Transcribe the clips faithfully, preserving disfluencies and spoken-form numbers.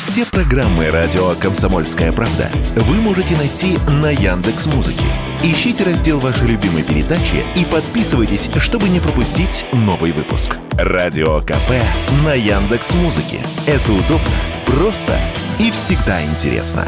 Все программы радио «Комсомольская правда» вы можете найти на Яндекс.Музыке. Ищите раздел вашей любимой передачи и подписывайтесь, чтобы не пропустить новый выпуск. Радио КП на Яндекс.Музыке. Это удобно, просто и всегда интересно.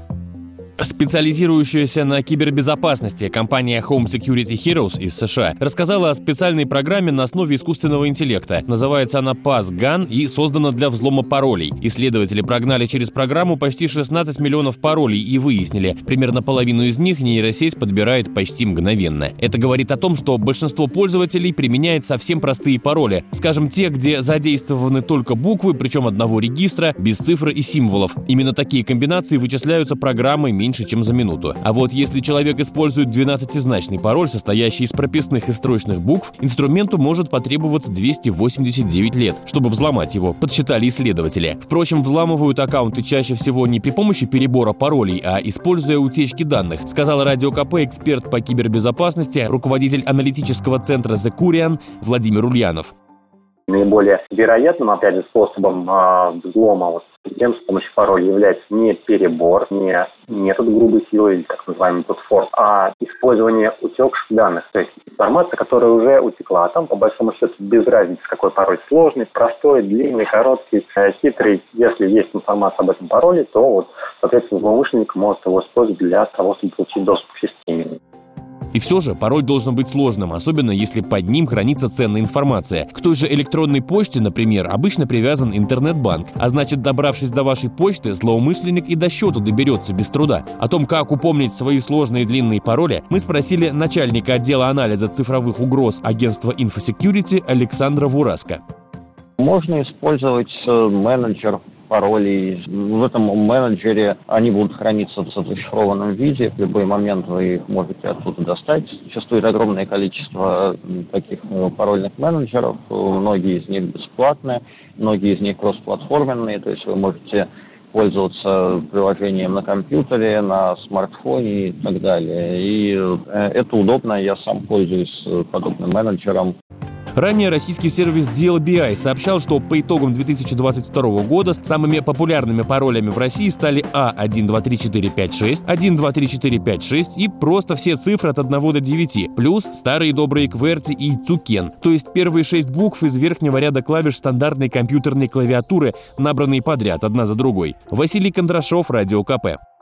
Специализирующаяся на кибербезопасности компания Home Security Heroes из США рассказала о специальной программе на основе искусственного интеллекта. Называется она PassGun и создана для взлома паролей. Исследователи прогнали через программу почти шестнадцать миллионов паролей и выяснили, примерно половину из них нейросеть подбирает почти мгновенно. Это говорит о том, что большинство пользователей применяет совсем простые пароли. Скажем, те, где задействованы только буквы, причем одного регистра, без цифр и символов. Именно такие комбинации вычисляются программой меньше, чем за минуту. А вот если человек использует двенадцатизначный пароль, состоящий из прописных и строчных букв, инструменту может потребоваться двести восемьдесят девять лет, чтобы взломать его, подсчитали исследователи. Впрочем, взламывают аккаунты чаще всего не при помощи перебора паролей, а используя утечки данных, сказал Радио КП эксперт по кибербезопасности, руководитель аналитического центра The Curian Владимир Ульянов. Наиболее вероятным, опять же, способом э, взлома вот, тем, с помощью пароля является не перебор, не метод грубой силы, или так называемый брутфорс, а использование утекших данных. То есть информация, которая уже утекла. Там, по большому счету, без разницы, какой пароль сложный, простой, длинный, короткий, э, хитрый. Если есть информация об этом пароле, то, вот, соответственно, злоумышленник может его использовать для того, чтобы получить доступ к системе. И все же пароль должен быть сложным, особенно если под ним хранится ценная информация. К той же электронной почте, например, обычно привязан интернет-банк, а значит, добравшись до вашей почты, злоумышленник и до счета доберется без труда. О том, как упомнить свои сложные длинные пароли, мы спросили начальника отдела анализа цифровых угроз агентства InfoSecurity Александра Вураско. Можно использовать менеджер паролей. В этом менеджере они будут храниться в зашифрованном виде. В любой момент вы их можете оттуда достать. Существует огромное количество таких парольных менеджеров. Многие из них бесплатные, многие из них кроссплатформенные. То есть вы можете пользоваться приложением на компьютере, на смартфоне и так далее. И это удобно. Я сам пользуюсь подобным менеджером. Ранее российский сервис ди эл би ай сообщал, что по итогам две тысячи двадцать второго года самыми популярными паролями в России стали А один два три четыре пять шесть, один два три четыре пять шесть и просто все цифры от одного до девяти, плюс старые добрые кверти и цукен, то есть первые шесть букв из верхнего ряда клавиш стандартной компьютерной клавиатуры, набранные подряд одна за другой. Василий Кондрашов, Радио КП.